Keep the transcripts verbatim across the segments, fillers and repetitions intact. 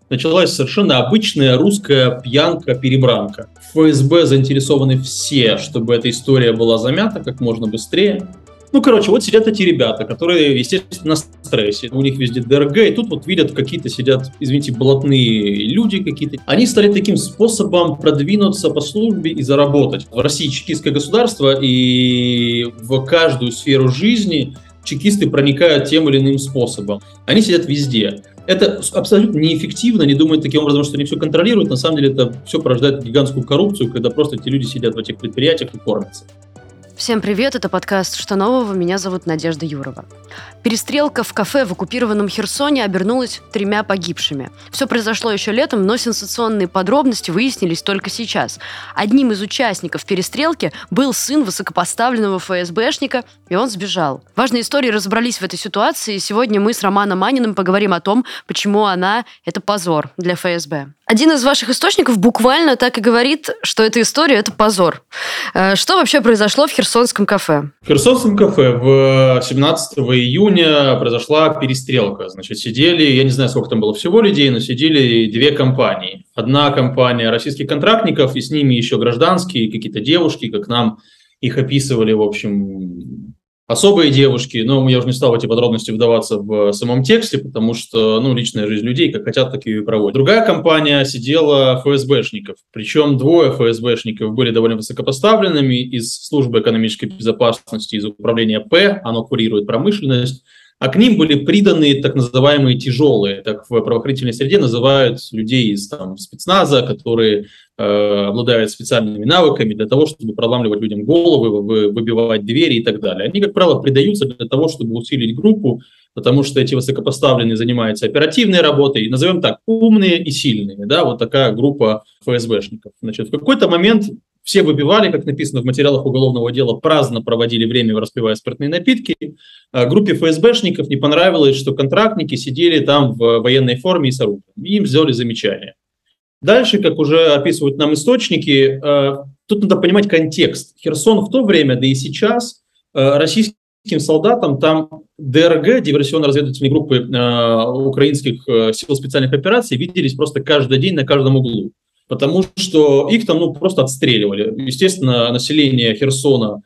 началась совершенно обычная русская пьянка-перебранка. В ФСБ заинтересованы все, чтобы эта история была замята как можно быстрее. Ну, короче, вот сидят эти ребята, которые, естественно, на стрессе. У них везде ДРГ, и тут вот видят, какие-то сидят, извините, блатные люди какие-то. Они стали таким способом продвинуться по службе и заработать. В России чекистское государство, и в каждую сферу жизни чекисты проникают тем или иным способом. Они сидят везде. Это абсолютно неэффективно, они думают таким образом, что они все контролируют. На самом деле это все порождает гигантскую коррупцию, когда просто эти люди сидят в этих предприятиях и кормятся. Всем привет, это подкаст «Что нового?», меня зовут Надежда Юрова. Перестрелка в кафе в оккупированном Херсоне обернулась тремя погибшими. Все произошло еще летом, но сенсационные подробности выяснились только сейчас. Одним из участников перестрелки был сын высокопоставленного ФСБшника, и он сбежал. Важные истории разобрались в этой ситуации, и сегодня мы с Романом Маниным поговорим о том, почему она – это позор для ФСБ. Один из ваших источников буквально так и говорит, что эта история – это позор. Что вообще произошло в Херсонском кафе? В Херсонском кафе в семнадцатого июня произошла перестрелка. Значит, сидели, я не знаю, сколько там было всего людей, но сидели две компании. Одна компания российских контрактников, и с ними еще гражданские, какие-то девушки, как нам их описывали, в общем, особые девушки. Но я уже не стал в эти подробности вдаваться в самом тексте, потому что, ну, личная жизнь людей, как хотят, так ее и проводят. Другая компания сидела ФСБшников. Причем двое ФСБшников были довольно высокопоставленными из службы экономической безопасности, из управления П, оно курирует промышленность. А к ним были приданы так называемые тяжелые, так в правоохранительной среде называют людей из там, спецназа, которые э, обладают специальными навыками для того, чтобы проламливать людям головы, вы, выбивать двери и так далее. Они, как правило, придаются для того, чтобы усилить группу, потому что эти высокопоставленные занимаются оперативной работой, назовем так, умные и сильные, да, вот такая группа ФСБшников. Значит, в какой-то момент все выпивали, как написано в материалах уголовного дела, праздно проводили время, распивая спиртные напитки. А группе ФСБшников не понравилось, что контрактники сидели там в военной форме и с оружием. Им сделали замечание. Дальше, как уже описывают нам источники, тут надо понимать контекст. Херсон в то время, да и сейчас, российским солдатам там ДРГ, диверсионно-разведывательные группы украинских сил специальных операций, виделись просто каждый день на каждом углу. Потому что их там ну, просто отстреливали. Естественно, население Херсона,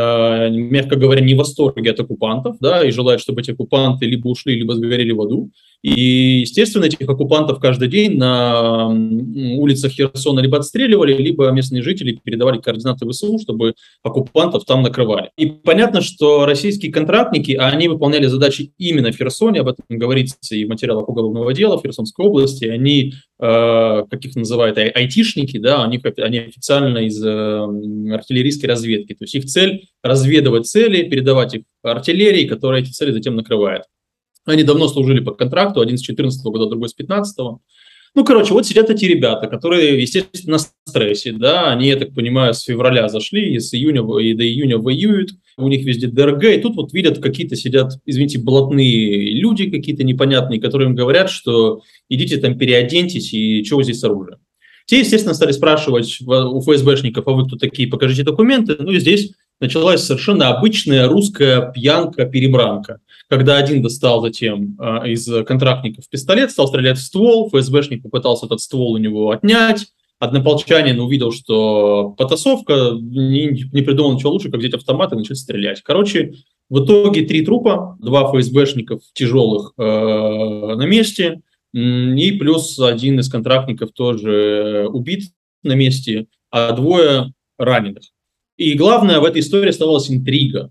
э, мягко говоря, не в восторге от оккупантов, да, и желает, чтобы эти оккупанты либо ушли, либо сгорели в аду. И, естественно, этих оккупантов каждый день на улицах Херсона либо отстреливали, либо местные жители передавали координаты ВСУ, чтобы оккупантов там накрывали. И понятно, что российские контрактники, а они выполняли задачи именно в Херсоне, об этом говорится и в материалах уголовного дела в Херсонской области, они, э, как их называют, ай- айтишники, да, они, они официально из э, артиллерийской разведки. То есть их цель – разведывать цели, передавать их артиллерии, которая эти цели затем накрывает. Они давно служили по контракту, один с четырнадцатого года, другой с пятнадцатого. Ну, короче, вот сидят эти ребята, которые, естественно, на стрессе, да, они, я так понимаю, с февраля зашли, и с июня и до июня воюют, у них везде ДРГ, и тут вот видят, какие-то сидят, извините, блатные люди какие-то непонятные, которые им говорят, что идите там переоденьтесь, и что вы здесь с оружием. Те, естественно, стали спрашивать у ФСБшников, а вы кто такие, покажите документы. Ну и здесь началась совершенно обычная русская пьянка-перебранка, когда один достал затем э, из контрактников пистолет, стал стрелять в ствол, ФСБшник попытался этот ствол у него отнять, однополчанин увидел, что потасовка, не, не придумал ничего лучше, как взять автомат и начать стрелять. Короче, в итоге три трупа, два ФСБшников тяжелых э, на месте, и плюс один из контрактников тоже убит на месте, а двое раненых. И главное в этой истории оставалась интрига.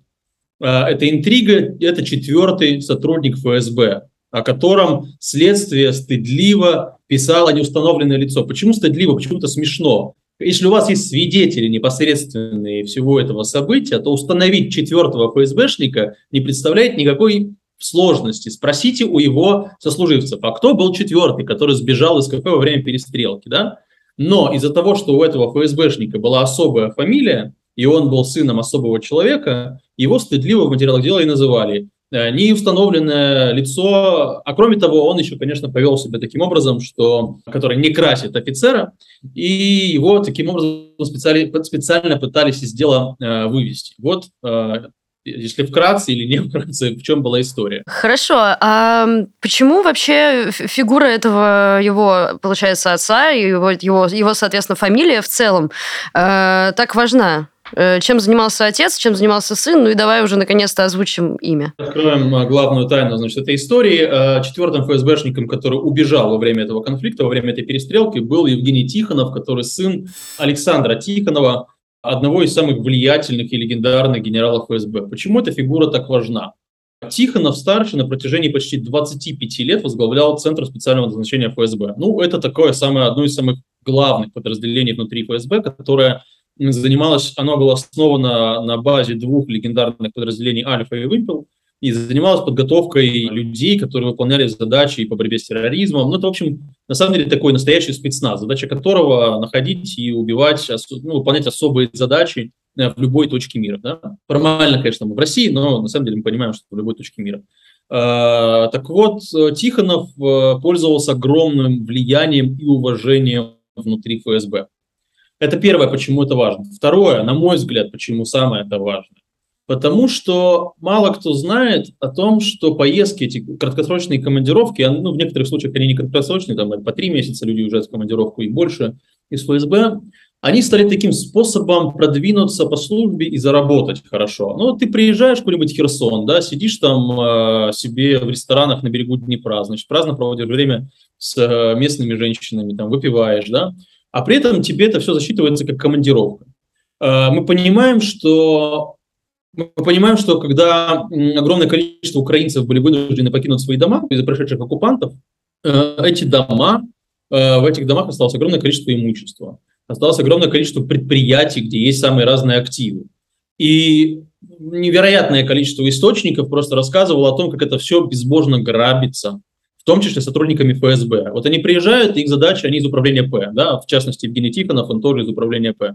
Эта интрига – это четвертый сотрудник ФСБ, о котором следствие стыдливо писало неустановленное лицо. Почему стыдливо? Почему-то смешно. Если у вас есть свидетели непосредственные всего этого события, то установить четвертого ФСБшника не представляет никакой сложности. Спросите у его сослуживцев, а кто был четвертый, который сбежал из кафе во время перестрелки, да? Но из-за того, что у этого ФСБшника была особая фамилия, и он был сыном особого человека, его стыдливо в материалах дела и называли неустановленное лицо, а кроме того, он еще, конечно, повел себя таким образом, что, который не красит офицера, и его таким образом специально, специально пытались из дела э, вывести. Вот э, Если вкратце или не вкратце, в чем была история? Хорошо. А почему вообще фигура этого его, получается, отца и его, его, его соответственно, фамилия в целом э, так важна? Чем занимался отец, чем занимался сын? Ну и давай уже наконец-то озвучим имя. Откроем главную тайну, значит, этой истории. Четвертым ФСБшником, который убежал во время этого конфликта, во время этой перестрелки, был Евгений Тихонов, который сын Александра Тихонова, одного из самых влиятельных и легендарных генералов ФСБ. Почему эта фигура так важна? Тихонов-старший на протяжении почти двадцати пяти лет возглавлял Центр специального назначения ФСБ. Ну, это такое самое, одно из самых главных подразделений внутри ФСБ, которое занималось, оно было основано на базе двух легендарных подразделений «Альфа» и «Вымпел», и занималось подготовкой людей, которые выполняли задачи по борьбе с терроризмом. Ну, это, в общем, на самом деле такой настоящий спецназ, задача которого находить и убивать, ну, выполнять особые задачи в любой точке мира. Да? Формально, конечно, мы в России, но на самом деле мы понимаем, что в любой точке мира. А, так вот, Тихонов пользовался огромным влиянием и уважением внутри ФСБ. Это первое, почему это важно. Второе, на мой взгляд, почему самое это важно. Потому что мало кто знает о том, что поездки, эти краткосрочные командировки, ну, в некоторых случаях они не краткосрочные, там по три месяца люди уезжают в командировку и больше из ФСБ, они стали таким способом продвинуться по службе и заработать хорошо. Ну, ты приезжаешь в какой-нибудь Херсон, да, сидишь там э, себе в ресторанах на берегу Днепра, значит, праздно проводишь время с э, местными женщинами, там, выпиваешь, да, а при этом тебе это все засчитывается как командировка. Э, мы понимаем, что Мы понимаем, что когда огромное количество украинцев были вынуждены покинуть свои дома из-за прошедших оккупантов, эти дома, в этих домах осталось огромное количество имущества, осталось огромное количество предприятий, где есть самые разные активы. И невероятное количество источников просто рассказывало о том, как это все безбожно грабится, в том числе сотрудниками ФСБ. Вот они приезжают, их задача, они из управления П, да, в частности, Евгений Тихонов, он тоже из управления П.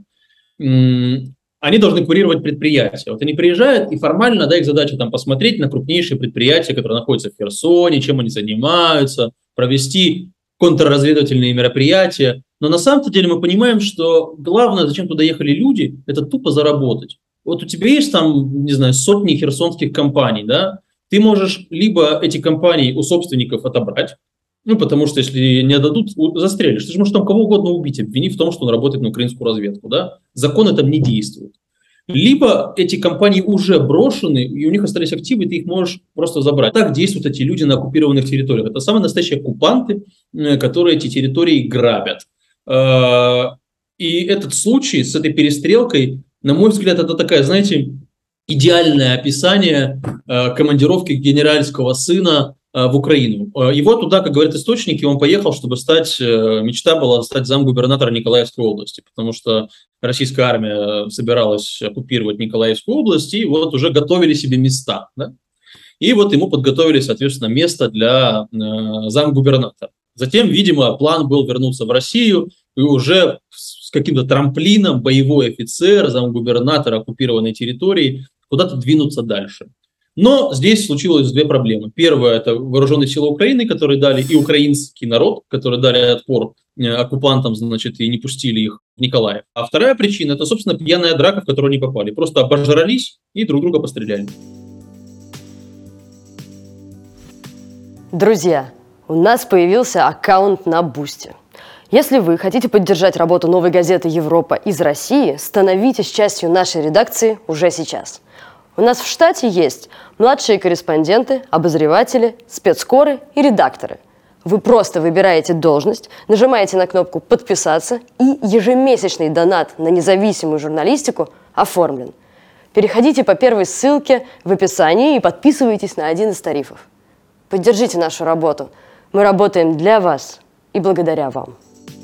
Они должны курировать предприятия. Вот они приезжают, и формально, да, их задача там посмотреть на крупнейшие предприятия, которые находятся в Херсоне, чем они занимаются, провести контрразведывательные мероприятия. Но на самом-то деле мы понимаем, что главное, зачем туда ехали люди, это тупо заработать. Вот у тебя есть там, не знаю, сотни херсонских компаний, да, ты можешь либо эти компании у собственников отобрать, ну, потому что если не отдадут, застрелишь. Ты же можешь там кого угодно убить, обвинив в том, что он работает на украинскую разведку. Да? Законы там не действуют. Либо эти компании уже брошены, и у них остались активы, и ты их можешь просто забрать. Так действуют эти люди на оккупированных территориях. Это самые настоящие оккупанты, которые эти территории грабят. И этот случай с этой перестрелкой, на мой взгляд, это такая, знаете, идеальное описание командировки генеральского сына в Украину. Его туда, как говорят источники, он поехал, чтобы стать, мечта была стать замгубернатора Николаевской области, потому что российская армия собиралась оккупировать Николаевскую область, и вот уже готовили себе места. Да? И вот ему подготовили, соответственно, место для э, замгубернатора. Затем, видимо, план был вернуться в Россию, и уже с каким-то трамплином боевой офицер, замгубернатора оккупированной территории, куда-то двинуться дальше. Но здесь случилось две проблемы. Первая – это вооруженные силы Украины, которые дали, и украинский народ, которые дали отпор оккупантам, значит, и не пустили их в Николаев. А вторая причина – это, собственно, пьяная драка, в которую они попали. Просто обожрались и друг друга постреляли. Друзья, у нас появился аккаунт на Бусти. Если вы хотите поддержать работу «Новой газеты Европа» из России, становитесь частью нашей редакции уже сейчас. У нас в штате есть младшие корреспонденты, обозреватели, спецкоры и редакторы. Вы просто выбираете должность, нажимаете на кнопку «Подписаться» и ежемесячный донат на независимую журналистику оформлен. Переходите по первой ссылке в описании и подписывайтесь на один из тарифов. Поддержите нашу работу. Мы работаем для вас и благодаря вам.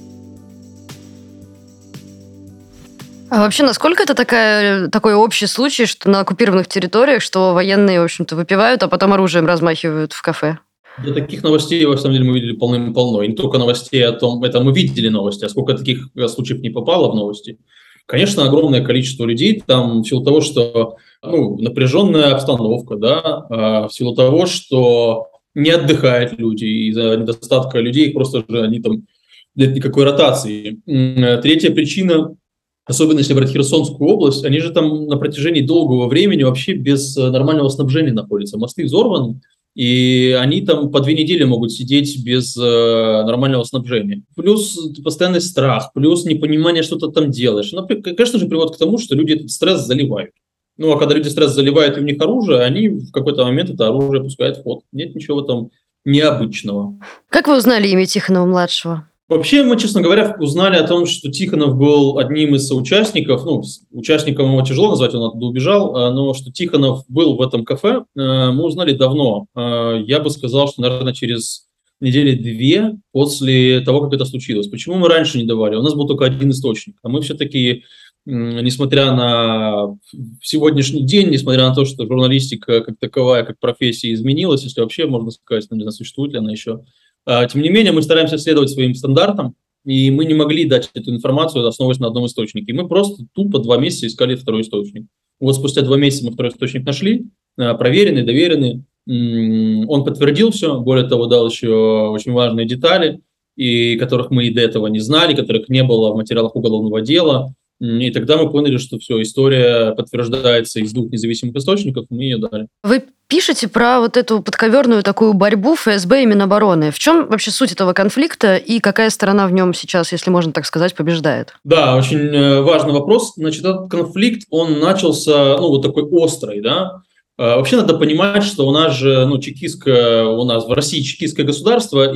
А вообще, насколько это такая, такой общий случай, что на оккупированных территориях, что военные, в общем-то, выпивают, а потом оружием размахивают в кафе? Да, таких новостей, во самом деле, мы видели полным-полно. И не только новостей о том, это мы видели новости, а сколько таких случаев не попало в новости. Конечно, огромное количество людей там в силу того, что ну, напряженная обстановка, да, в силу того, что не отдыхают люди, из-за недостатка людей, просто же они там нет никакой ротации. Третья причина Особенно если брать Херсонскую область, они же там на протяжении долгого времени вообще без нормального снабжения находятся. Мосты взорваны, и они там по две недели могут сидеть без э, нормального снабжения. Плюс постоянный страх, плюс непонимание, что ты там делаешь. Ну, конечно же, приводит к тому, что люди этот стресс заливают. Ну, а когда люди стресс заливают, и у них оружие, они в какой-то момент это оружие пускают в ход. Нет ничего там необычного. Как вы узнали имя Тихонова-младшего? Вообще, мы, честно говоря, узнали о том, что Тихонов был одним из соучастников, ну, участником его тяжело назвать, он оттуда убежал, но что Тихонов был в этом кафе, мы узнали давно. Я бы сказал, что, наверное, через недели две после того, как это случилось. Почему мы раньше не давали? У нас был только один источник, а мы все-таки, несмотря на сегодняшний день, несмотря на то, что журналистика как таковая, как профессия изменилась, если вообще можно сказать, ну, не знаю, существует ли она еще, тем не менее, мы стараемся следовать своим стандартам, и мы не могли дать эту информацию, основываясь на одном источнике. И мы просто тупо два месяца искали второй источник. Вот спустя два месяца мы второй источник нашли, проверенный, доверенный. Он подтвердил все, более того, дал еще очень важные детали, и которых мы и до этого не знали, которых не было в материалах уголовного дела. И тогда мы поняли, что все, история подтверждается из двух независимых источников, мы ее дали. Вы пишете про вот эту подковерную такую борьбу ФСБ и Минобороны. В чем вообще суть этого конфликта и какая сторона в нем сейчас, если можно так сказать, побеждает? Да, очень важный вопрос. Значит, этот конфликт, он начался, ну, вот такой острый, да. Вообще надо понимать, что у нас же, ну, чекистское, у нас в России чекистское государство,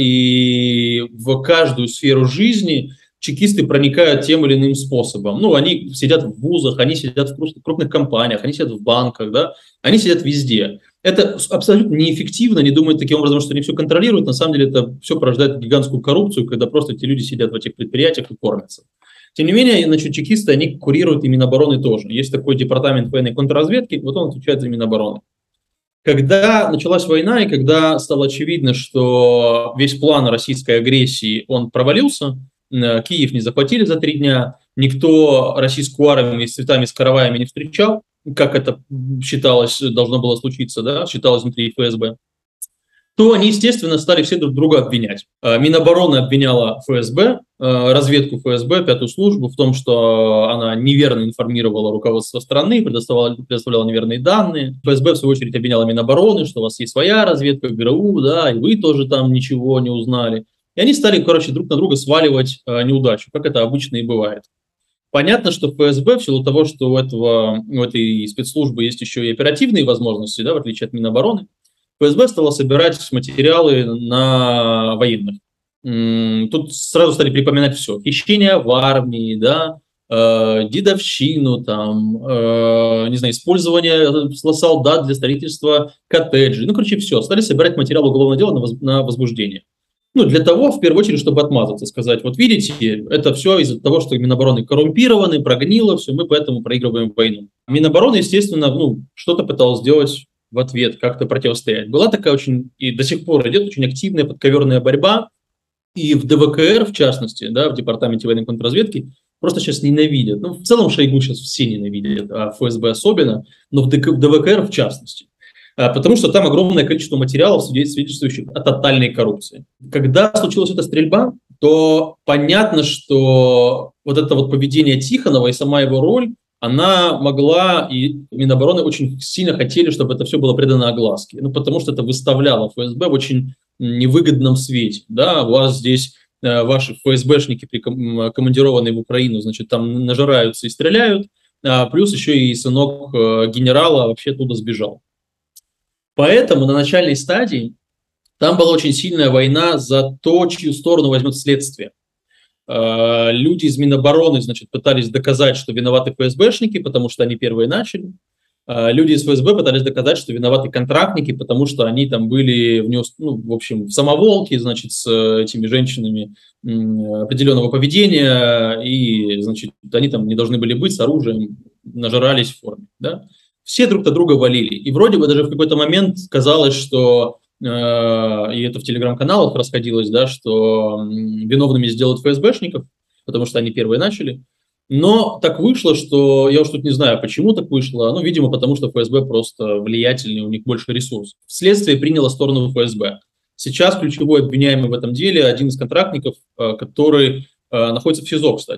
и в каждую сферу жизни чекисты проникают тем или иным способом. Ну, они сидят в вузах, они сидят в крупных компаниях, они сидят в банках, да, они сидят везде. Это абсолютно неэффективно, не думают таким образом, что они все контролируют. На самом деле это все порождает гигантскую коррупцию, когда просто эти люди сидят в этих предприятиях и кормятся. Тем не менее, значит, чекисты, они курируют и Минобороны тоже. Есть такой департамент военной контрразведки, вот он отвечает за Минобороны. Когда началась война и когда стало очевидно, что весь план российской агрессии, он провалился, Киев не захватили за три дня, никто российскую армию с цветами, с караваями не встречал, как это считалось, должно было случиться, да, считалось внутри ФСБ, то они, естественно, стали все друг друга обвинять. Минобороны обвиняла ФСБ, разведку ФСБ, пятую службу в том, что она неверно информировала руководство страны, предоставляла, предоставляла неверные данные. ФСБ, в свою очередь, обвиняла Минобороны, что у вас есть своя разведка, ГРУ, да, и вы тоже там ничего не узнали. И они стали, короче, друг на друга сваливать э, неудачу, как это обычно и бывает. Понятно, что ФСБ, в силу того, что у, этого, у этой спецслужбы есть еще и оперативные возможности, да, в отличие от Минобороны, ФСБ стала собирать материалы на военных. Тут сразу стали припоминать все. Хищение в армии, да, э, дедовщину, там, э, не знаю, использование солдат для строительства коттеджей. Ну, короче, все. Стали собирать материал уголовного дела на, воз, на возбуждение. Ну, для того, в первую очередь, чтобы отмазаться, сказать, вот видите, это все из-за того, что Минобороны коррумпированы, прогнило все, мы поэтому проигрываем войну. Минобороны, естественно, ну, что-то пыталась сделать в ответ, как-то противостоять. Была такая очень, и до сих пор идет очень активная подковерная борьба, и в ДВКР, в частности, да, в Департаменте военной контрразведки, просто сейчас ненавидят. Ну, в целом Шойгу сейчас все ненавидят, а ФСБ особенно, но в ДВКР в частности. Потому что там огромное количество материалов, свидетельствующих о тотальной коррупции. Когда случилась эта стрельба, то понятно, что вот это вот поведение Тихонова и сама его роль, она могла, и Минобороны очень сильно хотели, чтобы это все было предано огласке. Ну, потому что это выставляло ФСБ в очень невыгодном свете. Да, у вас здесь э, ваши ФСБшники, командированные в Украину, значит, там нажираются и стреляют, а плюс еще и сынок э, генерала вообще туда сбежал. Поэтому на начальной стадии там была очень сильная война за то, чью сторону возьмет следствие. Люди из Минобороны, значит, пытались доказать, что виноваты ФСБшники, потому что они первые начали. Люди из ФСБ пытались доказать, что виноваты контрактники, потому что они там были в, неуст... ну, в общем, в самоволке, значит, с этими женщинами определенного поведения, и, значит, они там не должны были быть с оружием, нажирались в форме, да. Все друг на друга валили. И вроде бы даже в какой-то момент казалось, что, э, и это в телеграм-каналах расходилось, да, что виновными сделают ФСБшников, потому что они первые начали. Но так вышло, что, я уж тут не знаю, почему так вышло, ну, видимо, потому что ФСБ просто влиятельнее, у них больше ресурсов. Следствие приняло сторону ФСБ. Сейчас ключевой обвиняемый в этом деле один из контрактников, э, который э, находится в СИЗО, кстати.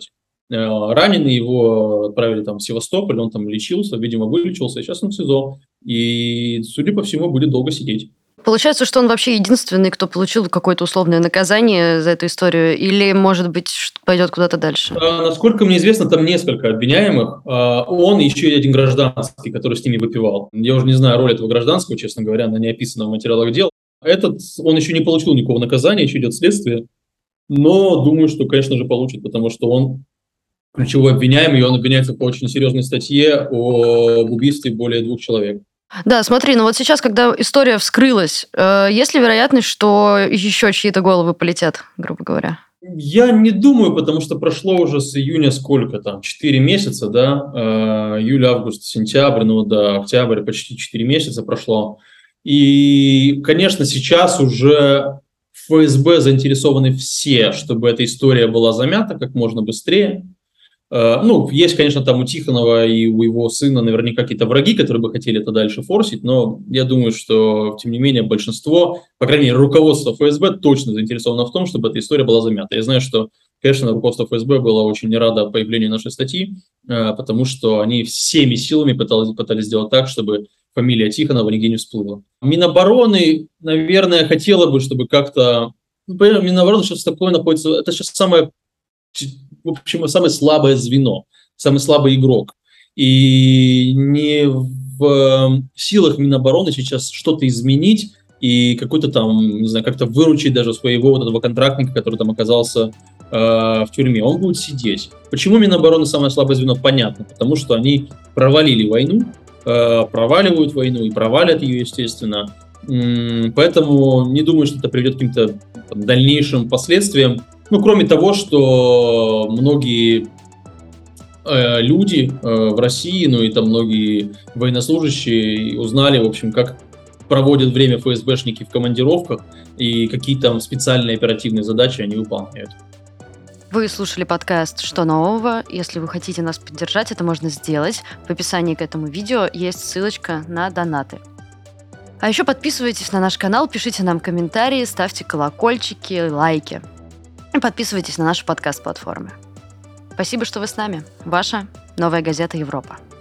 раненый, его отправили там в Севастополь, он там лечился, видимо, вылечился, и сейчас он в СИЗО. И, судя по всему, будет долго сидеть. Получается, что он вообще единственный, кто получил какое-то условное наказание за эту историю, или, может быть, пойдет куда-то дальше? А, насколько мне известно, там несколько обвиняемых. А, он и еще один гражданский, который с ними выпивал. Я уже не знаю роль этого гражданского, честно говоря, она не описана в материалах дел. Этот, он еще не получил никакого наказания, еще идет следствие. Но думаю, что, конечно же, получит, потому что он ключевой обвиняемый, и он обвиняется по очень серьезной статье об убийстве более двух человек. Да, смотри, ну вот сейчас, когда история вскрылась, э, есть ли вероятность, что еще чьи-то головы полетят, грубо говоря? Я не думаю, потому что прошло уже с июня сколько там, четыре месяца, да, э, июль, август, сентябрь, ну да, октябрь, почти четыре месяца прошло. И, конечно, сейчас уже в ФСБ заинтересованы все, чтобы эта история была замята как можно быстрее. Ну, есть, конечно, там у Тихонова и у его сына наверняка какие-то враги, которые бы хотели это дальше форсить, но я думаю, что, тем не менее, большинство, по крайней мере, руководство ФСБ точно заинтересовано в том, чтобы эта история была замята. Я знаю, что, конечно, руководство ФСБ было очень не радо появлению нашей статьи, потому что они всеми силами пытались, пытались сделать так, чтобы фамилия Тихонова нигде не всплыла. Минобороны, наверное, хотела бы, чтобы как-то... Ну, Минобороны сейчас такое находится... Это сейчас самое... в общем, самое слабое звено, самый слабый игрок. И не в силах Минобороны сейчас что-то изменить и какой-то там, не знаю, как-то выручить даже своего вот этого контрактника, который там оказался э, в тюрьме. Он будет сидеть. Почему Минобороны самое слабое звено? Понятно. Потому что они провалили войну, э, проваливают войну и провалят ее, естественно. М-м, поэтому не думаю, что это приведет к каким-то там дальнейшим последствиям. Ну, кроме того, что многие э, люди э, в России, ну и там многие военнослужащие узнали, в общем, как проводят время ФСБшники в командировках и какие там специальные оперативные задачи они выполняют. Вы слушали подкаст «Что нового?». Если вы хотите нас поддержать, это можно сделать. В описании к этому видео есть ссылочка на донаты. А еще подписывайтесь на наш канал, пишите нам комментарии, ставьте колокольчики, лайки. И подписывайтесь на наши подкаст-платформы. Спасибо, что вы с нами. Ваша «Новая газета Европа».